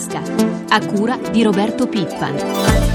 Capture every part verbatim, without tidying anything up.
tasca, a cura di Roberto Pippan.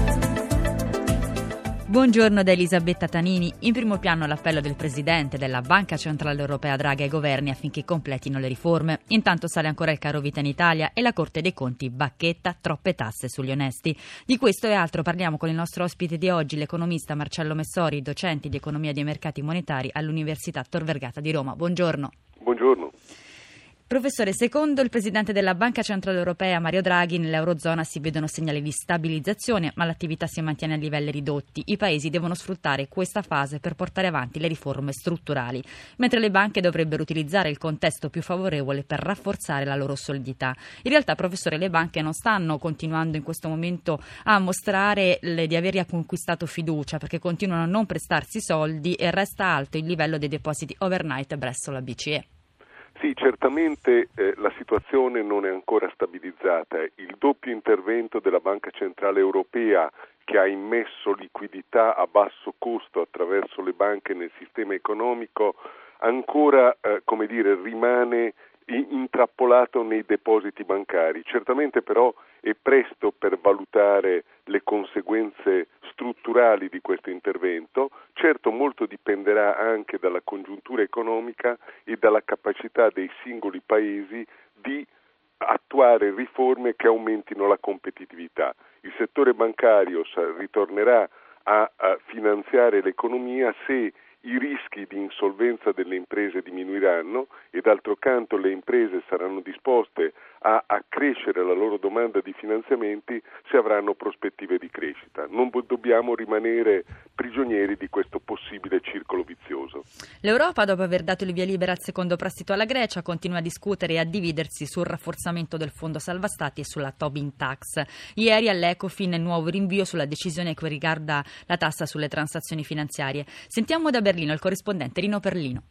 Buongiorno da Elisabetta Tanini. In primo piano l'appello del Presidente della Banca Centrale Europea Draghi ai governi affinché completino le riforme. Intanto sale ancora il caro vita in Italia e la Corte dei Conti bacchetta troppe tasse sugli onesti. Di questo e altro parliamo con il nostro ospite di oggi, l'economista Marcello Messori, docente di Economia dei Mercati Monetari all'Università Tor Vergata di Roma. Buongiorno. Buongiorno. Professore, secondo il Presidente della Banca Centrale Europea Mario Draghi, nell'Eurozona si vedono segnali di stabilizzazione, ma l'attività si mantiene a livelli ridotti. I paesi devono sfruttare questa fase per portare avanti le riforme strutturali, mentre le banche dovrebbero utilizzare il contesto più favorevole per rafforzare la loro solidità. In realtà, professore, le banche non stanno continuando in questo momento a mostrare le, di aver conquistato fiducia, perché continuano a non prestarsi soldi e resta alto il livello dei depositi overnight presso la B C E. Sì, certamente eh, la situazione non è ancora stabilizzata. Il doppio intervento della Banca Centrale Europea, che ha immesso liquidità a basso costo attraverso le banche nel sistema economico, ancora eh, come dire, rimane intrappolato nei depositi bancari. Certamente però è presto per valutare le conseguenze strutturali di questo intervento. Certo, molto dipenderà anche dalla congiuntura economica e dalla capacità dei singoli paesi di attuare riforme che aumentino la competitività. Il settore bancario ritornerà a, a finanziare l'economia se i rischi di insolvenza delle imprese diminuiranno e d'altro canto le imprese saranno disposte a accrescere la loro domanda di finanziamenti se avranno prospettive di crescita. Non dobbiamo rimanere prigionieri di questo possibile circolo vizioso. L'Europa, dopo aver dato il via libera al secondo prestito alla Grecia, continua a discutere e a dividersi sul rafforzamento del fondo salva stati e sulla Tobin tax. Ieri all'Ecofin nuovo rinvio sulla decisione che riguarda la tassa sulle transazioni finanziarie. Sentiamo da Berlino il corrispondente Rino Perlino.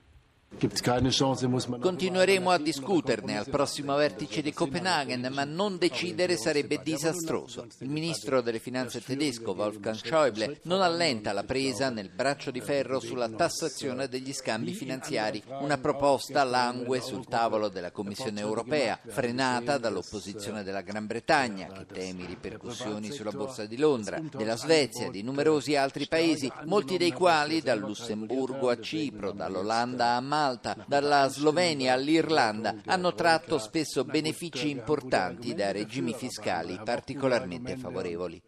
Continueremo a discuterne al prossimo vertice di Copenaghen, ma non decidere sarebbe disastroso. Il ministro delle finanze tedesco, Wolfgang Schäuble, non allenta la presa nel braccio di ferro sulla tassazione degli scambi finanziari, una proposta langue sul tavolo della Commissione europea, frenata dall'opposizione della Gran Bretagna, che teme ripercussioni sulla borsa di Londra, della Svezia e di numerosi altri paesi, molti dei quali, dal Lussemburgo a Cipro, dall'Olanda a Malta, dalla Slovenia all'Irlanda, hanno tratto spesso benefici importanti da regimi fiscali particolarmente favorevoli.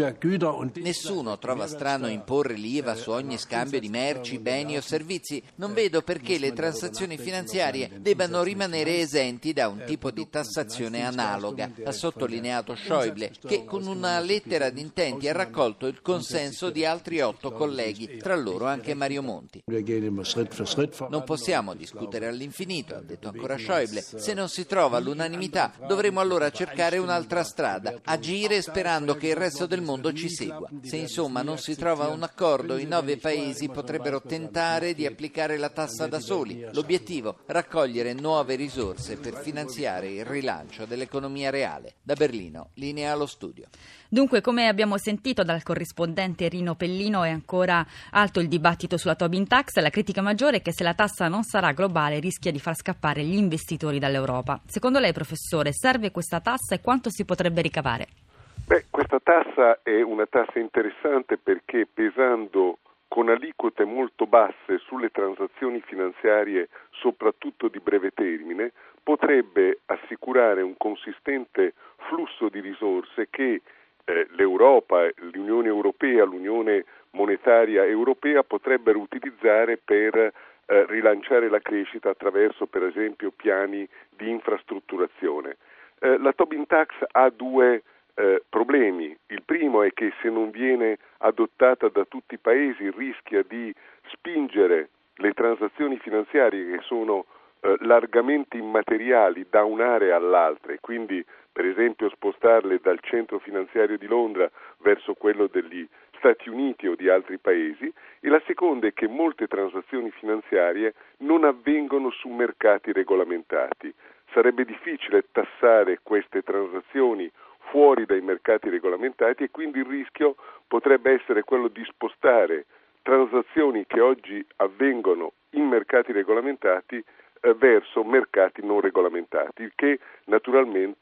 Nessuno trova strano imporre l'I V A su ogni scambio di merci, beni o servizi. Non vedo perché le transazioni finanziarie debbano rimanere esenti da un tipo di tassazione analoga, ha sottolineato Schäuble, che con una lettera di intenti ha raccolto il consenso di altri otto colleghi, tra loro anche Mario Monti. Non possiamo discutere all'infinito, ha detto ancora Schäuble. Se non si trova l'unanimità, dovremo allora cercare un'altra strada, agire sperando che il resto del mondo ci segua. Se insomma non si trova un accordo, i nove paesi potrebbero tentare di applicare la tassa da soli. L'obiettivo? Raccogliere nuove risorse per finanziare il rilancio dell'economia reale. Da Berlino, linea allo studio. Dunque, come abbiamo sentito dal corrispondente Rino Pellino, è ancora alto il dibattito sulla Tobin tax. La critica maggiore è che se la tassa non sarà globale rischia di far scappare gli investitori dall'Europa. Secondo lei, professore, serve questa tassa e quanto si potrebbe ricavare? Beh, questa tassa è una tassa interessante perché pesando con aliquote molto basse sulle transazioni finanziarie, soprattutto di breve termine, potrebbe assicurare un consistente flusso di risorse che eh, l'Europa, l'Unione Europea, l'Unione Monetaria Europea potrebbero utilizzare per eh, rilanciare la crescita attraverso, per esempio, piani di infrastrutturazione. Eh, la Tobin tax ha due Eh, problemi. Il primo è che se non viene adottata da tutti i paesi rischia di spingere le transazioni finanziarie che sono eh, largamente immateriali da un'area all'altra e quindi per esempio spostarle dal centro finanziario di Londra verso quello degli Stati Uniti o di altri paesi, e la seconda è che molte transazioni finanziarie non avvengono su mercati regolamentati. Sarebbe difficile tassare queste transazioni fuori dai mercati regolamentati e quindi il rischio potrebbe essere quello di spostare transazioni che oggi avvengono in mercati regolamentati eh, verso mercati non regolamentati, il che naturalmente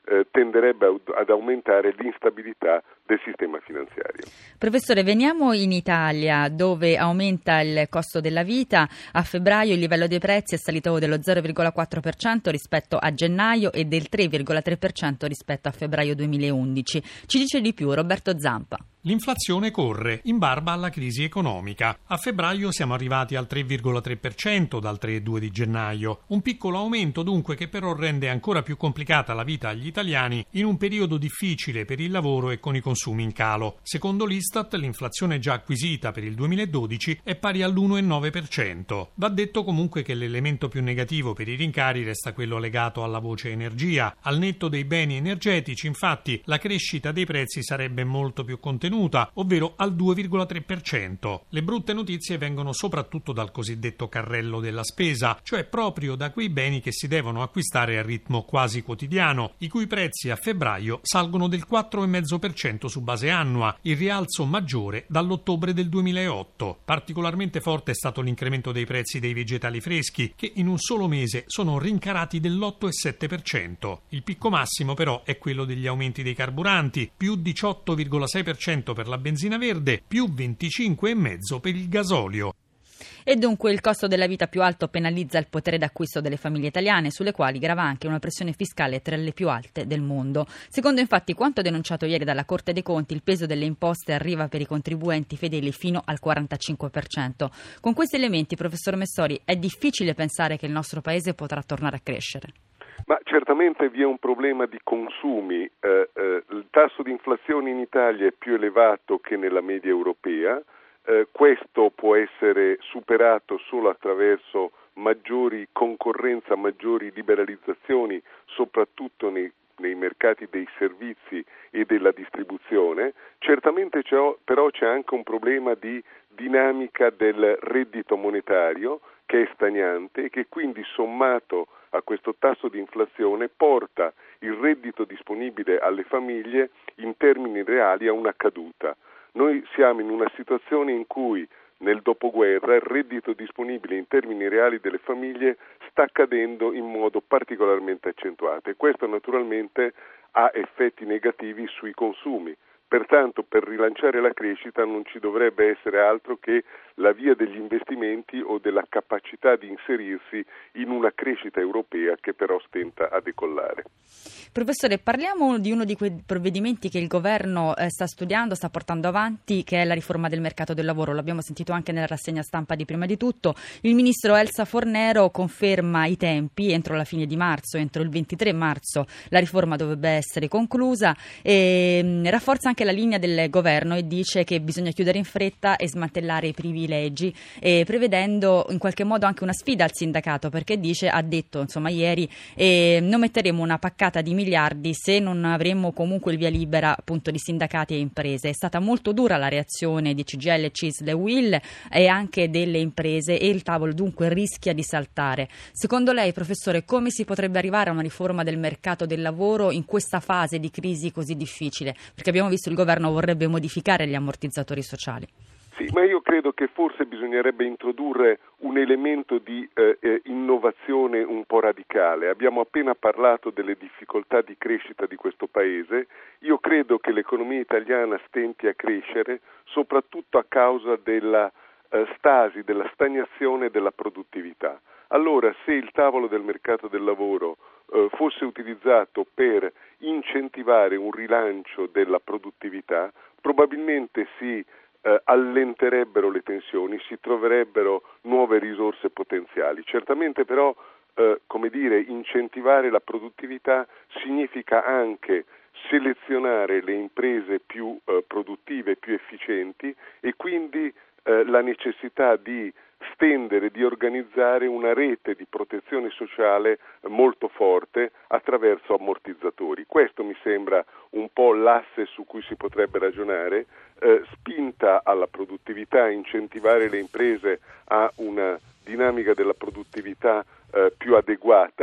eh, tenderebbe a, ad aumentare l'instabilità del sistema finanziario. Professore, veniamo in Italia, dove aumenta il costo della vita. A febbraio il livello dei prezzi è salito dello zero virgola quattro per cento rispetto a gennaio e del tre virgola tre per cento rispetto a febbraio duemilaundici. Ci dice di più Roberto Zampa. L'inflazione corre in barba alla crisi economica. A febbraio siamo arrivati al tre virgola tre per cento dal tre virgola due di gennaio. Un piccolo aumento dunque che però rende ancora più complicata la vita agli italiani in un periodo difficile per il lavoro e con i consumi in calo. Secondo l'Istat, l'inflazione già acquisita per il duemiladodici è pari all'uno virgola nove per cento. Va detto comunque che l'elemento più negativo per i rincari resta quello legato alla voce energia. Al netto dei beni energetici, infatti, la crescita dei prezzi sarebbe molto più contenuta, ovvero al due virgola tre per cento. Le brutte notizie vengono soprattutto dal cosiddetto carrello della spesa, cioè proprio da quei beni che si devono acquistare a ritmo quasi quotidiano, i cui prezzi a febbraio salgono del quattro virgola cinque per cento su base annua, il rialzo maggiore dall'ottobre del duemilaotto. Particolarmente forte è stato l'incremento dei prezzi dei vegetali freschi, che in un solo mese sono rincarati dell'otto virgola sette per cento. Il picco massimo però è quello degli aumenti dei carburanti, più diciotto virgola sei per cento per la benzina verde, più venticinque virgola cinque per cento per il gasolio. E dunque il costo della vita più alto penalizza il potere d'acquisto delle famiglie italiane, sulle quali grava anche una pressione fiscale tra le più alte del mondo. Secondo infatti quanto denunciato ieri dalla Corte dei Conti, il peso delle imposte arriva per i contribuenti fedeli fino al quarantacinque per cento. Con questi elementi, professor Messori, è difficile pensare che il nostro paese potrà tornare a crescere. Ma certamente vi è un problema di consumi. Eh, eh, il tasso di inflazione in Italia è più elevato che nella media europea. Eh, questo può essere superato solo attraverso maggiori concorrenza, maggiori liberalizzazioni, soprattutto nei, nei mercati dei servizi e della distribuzione. Certamente c'è, però c'è anche un problema di dinamica del reddito monetario che è stagnante e che quindi sommato a questo tasso di inflazione porta il reddito disponibile alle famiglie in termini reali a una caduta. Noi siamo in una situazione in cui nel dopoguerra il reddito disponibile in termini reali delle famiglie sta cadendo in modo particolarmente accentuato e questo naturalmente ha effetti negativi sui consumi. Pertanto per rilanciare la crescita non ci dovrebbe essere altro che la via degli investimenti o della capacità di inserirsi in una crescita europea che però stenta a decollare. Professore, parliamo di uno di quei provvedimenti che il governo eh, sta studiando, sta portando avanti, che è la riforma del mercato del lavoro. L'abbiamo sentito anche nella rassegna stampa di prima di tutto. Il ministro Elsa Fornero conferma i tempi, entro la fine di marzo, entro il ventitré marzo la riforma dovrebbe essere conclusa e mh, rafforza anche la linea del governo e dice che bisogna chiudere in fretta e smantellare i privilegi, eh, prevedendo in qualche modo anche una sfida al sindacato, perché dice, ha detto insomma ieri, eh, non metteremo una paccata di miliardi se non avremo comunque il via libera appunto di sindacati e imprese. È stata molto dura la reazione di C G I L, C I S L e U I L e anche delle imprese e il tavolo dunque rischia di saltare. Secondo lei, professore, come si potrebbe arrivare a una riforma del mercato del lavoro in questa fase di crisi così difficile? Perché abbiamo visto il governo vorrebbe modificare gli ammortizzatori sociali. Sì, ma io credo che forse bisognerebbe introdurre un elemento di eh, eh, innovazione un po' radicale. Abbiamo appena parlato delle difficoltà di crescita di questo paese. Io credo che l'economia italiana stenti a crescere soprattutto a causa della eh, stasi, della stagnazione della produttività. Allora, se il tavolo del mercato del lavoro eh, fosse utilizzato per incentivare un rilancio della produttività, probabilmente si eh, allenterebbero le tensioni, si troverebbero nuove risorse potenziali. Certamente però, eh, come dire, incentivare la produttività significa anche selezionare le imprese più eh, produttive, più efficienti e quindi eh, la necessità di stendere, di organizzare una rete di protezione sociale molto forte attraverso ammortizzatori. Questo mi sembra un po' l'asse su cui si potrebbe ragionare, eh, spinta alla produttività, incentivare le imprese a una dinamica della produttività eh, più adeguata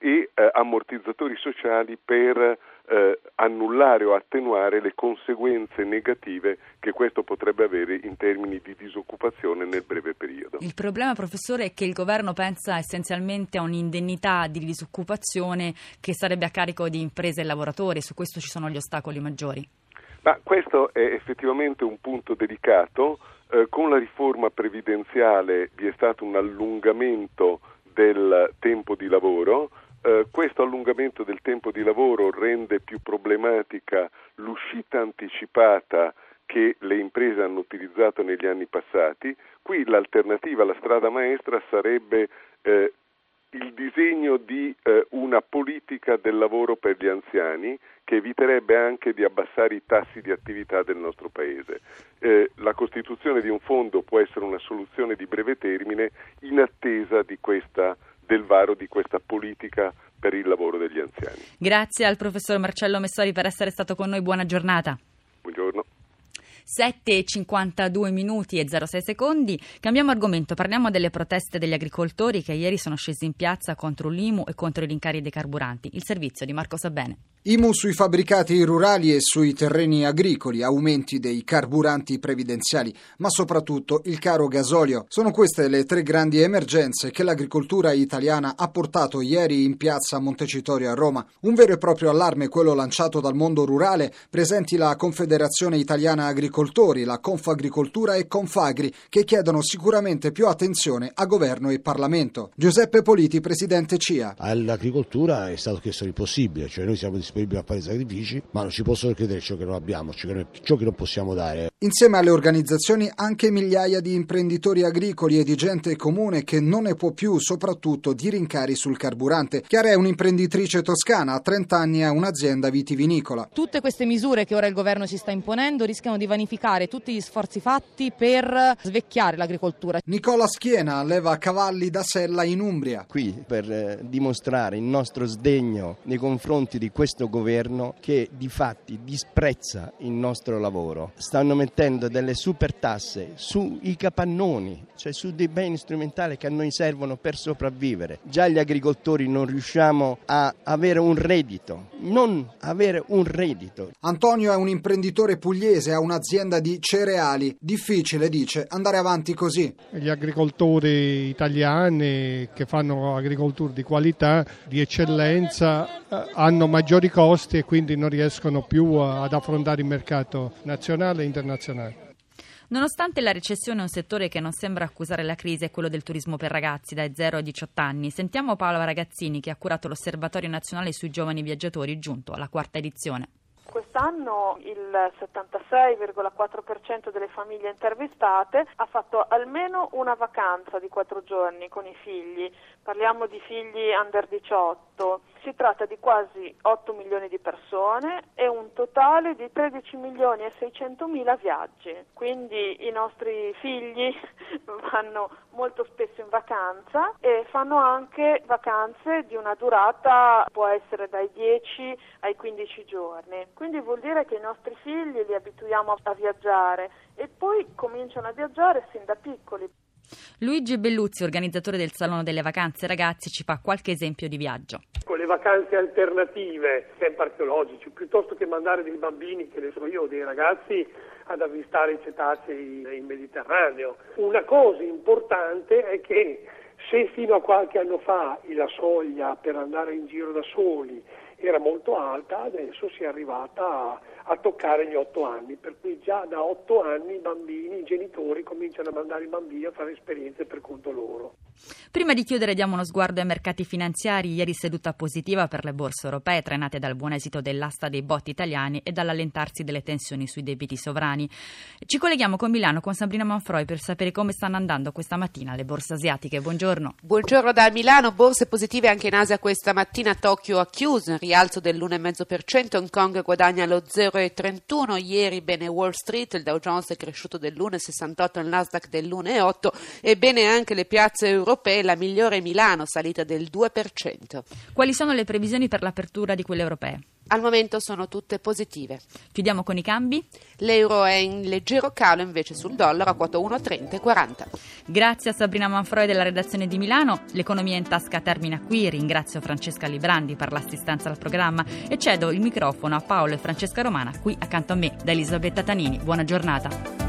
e eh, ammortizzatori sociali per eh, annullare o attenuare le conseguenze negative che questo potrebbe avere in termini di disoccupazione nel breve periodo. Il problema, professore, è che il governo pensa essenzialmente a un'indennità di disoccupazione che sarebbe a carico di imprese e lavoratori. Su questo ci sono gli ostacoli maggiori. Ma questo è effettivamente un punto delicato. Eh, con la riforma previdenziale vi è stato un allungamento del tempo di lavoro. Uh, questo allungamento del tempo di lavoro rende più problematica l'uscita anticipata che le imprese hanno utilizzato negli anni passati. Qui l'alternativa, la strada maestra sarebbe eh, il disegno di eh, una politica del lavoro per gli anziani che eviterebbe anche di abbassare i tassi di attività del nostro Paese. Eh, la costituzione di un fondo può essere una soluzione di breve termine in attesa di questa del varo di questa politica per il lavoro degli anziani. Grazie al professor Marcello Messori per essere stato con noi, buona giornata. Buongiorno. sette e cinquantadue minuti e zero sei secondi. Cambiamo argomento, parliamo delle proteste degli agricoltori che ieri sono scesi in piazza contro l'I M U e contro i rincari dei carburanti. Il servizio di Marco Sabene. I M U sui fabbricati rurali e sui terreni agricoli, aumenti dei carburanti previdenziali, ma soprattutto il caro gasolio. Sono queste le tre grandi emergenze che l'agricoltura italiana ha portato ieri in piazza Montecitorio a Roma. Un vero e proprio allarme quello lanciato dal mondo rurale, presenti la Confederazione Italiana Agricoltori, la Confagricoltura e Confagri, che chiedono sicuramente più attenzione a governo e Parlamento. Giuseppe Politi, presidente C I A. All'agricoltura è stato chiesto l'impossibile, cioè noi siamo disponibili a fare sacrifici, ma non ci possono credere ciò che non abbiamo, ciò che, noi, ciò che non possiamo dare. Insieme alle organizzazioni anche migliaia di imprenditori agricoli e di gente comune che non ne può più, soprattutto di rincari sul carburante. Chiara è un'imprenditrice toscana, a trenta anni ha un'azienda vitivinicola. Tutte queste misure che ora il governo ci sta imponendo rischiano di vanificare tutti gli sforzi fatti per svecchiare l'agricoltura. Nicola Schiena alleva cavalli da sella in Umbria. Qui per eh, dimostrare il nostro sdegno nei confronti di questo governo che di fatti disprezza il nostro lavoro. Stanno mettendo delle super tasse sui capannoni, cioè su dei beni strumentali che a noi servono per sopravvivere. Già gli agricoltori non riusciamo a avere un reddito, non avere un reddito. Antonio è un imprenditore pugliese, ha un'azienda di cereali. Difficile, dice, andare avanti così. Gli agricoltori italiani che fanno agricoltura di qualità, di eccellenza, hanno maggiori costi e quindi non riescono più ad affrontare il mercato nazionale e internazionale. Nonostante la recessione, un settore che non sembra accusare la crisi è quello del turismo per ragazzi dai zero ai diciotto anni. Sentiamo Paola Ragazzini, che ha curato l'Osservatorio Nazionale sui Giovani Viaggiatori, giunto alla quarta edizione. Quest'anno il settantasei virgola quattro per cento delle famiglie intervistate ha fatto almeno una vacanza di quattro giorni con i figli. Parliamo di figli under diciotto. Si tratta di quasi otto milioni di persone e un totale di tredici milioni e seicentomila viaggi. Quindi i nostri figli vanno molto spesso in vacanza e fanno anche vacanze di una durata, può essere dai dieci ai quindici giorni. Quindi vuol dire che i nostri figli li abituiamo a viaggiare e poi cominciano a viaggiare sin da piccoli. Luigi Belluzzi, organizzatore del Salone delle Vacanze Ragazzi, ci fa qualche esempio di viaggio. Con le vacanze alternative, camp archeologici, piuttosto che mandare dei bambini, che ne so io, dei ragazzi ad avvistare i cetacei in Mediterraneo. Una cosa importante è che se fino a qualche anno fa la soglia per andare in giro da soli era molto alta, adesso si è arrivata a, a toccare gli otto anni, per cui già da otto anni i bambini, i genitori cominciano a mandare i bambini a fare esperienze per conto loro. Prima di chiudere diamo uno sguardo ai mercati finanziari. Ieri seduta positiva per le borse europee, trainate dal buon esito dell'asta dei B O T italiani e dall'allentarsi delle tensioni sui debiti sovrani. Ci colleghiamo con Milano, con Sabrina Manfroi, per sapere come stanno andando questa mattina le borse asiatiche. Buongiorno. Buongiorno da Milano, borse positive anche in Asia questa mattina. Tokyo ha chiuso in rialzo dell'uno virgola cinque per cento, Hong Kong guadagna lo zero virgola trentuno, ieri bene Wall Street, il Dow Jones è cresciuto dell'uno virgola sessantotto, il Nasdaq dell'uno virgola otto e bene anche le piazze europee, la migliore Milano, salita del due per cento. Quali sono le previsioni per l'apertura di quelle europee? Al momento sono tutte positive. Chiudiamo con i cambi. L'euro è in leggero calo invece sul dollaro a quota uno virgola trenta e quaranta. Grazie a Sabrina Manfroi della redazione di Milano. L'Economia in tasca termina qui. Ringrazio Francesca Librandi per l'assistenza al programma e cedo il microfono a Paolo e Francesca Romana qui accanto a me da Elisabetta Tanini. Buona giornata.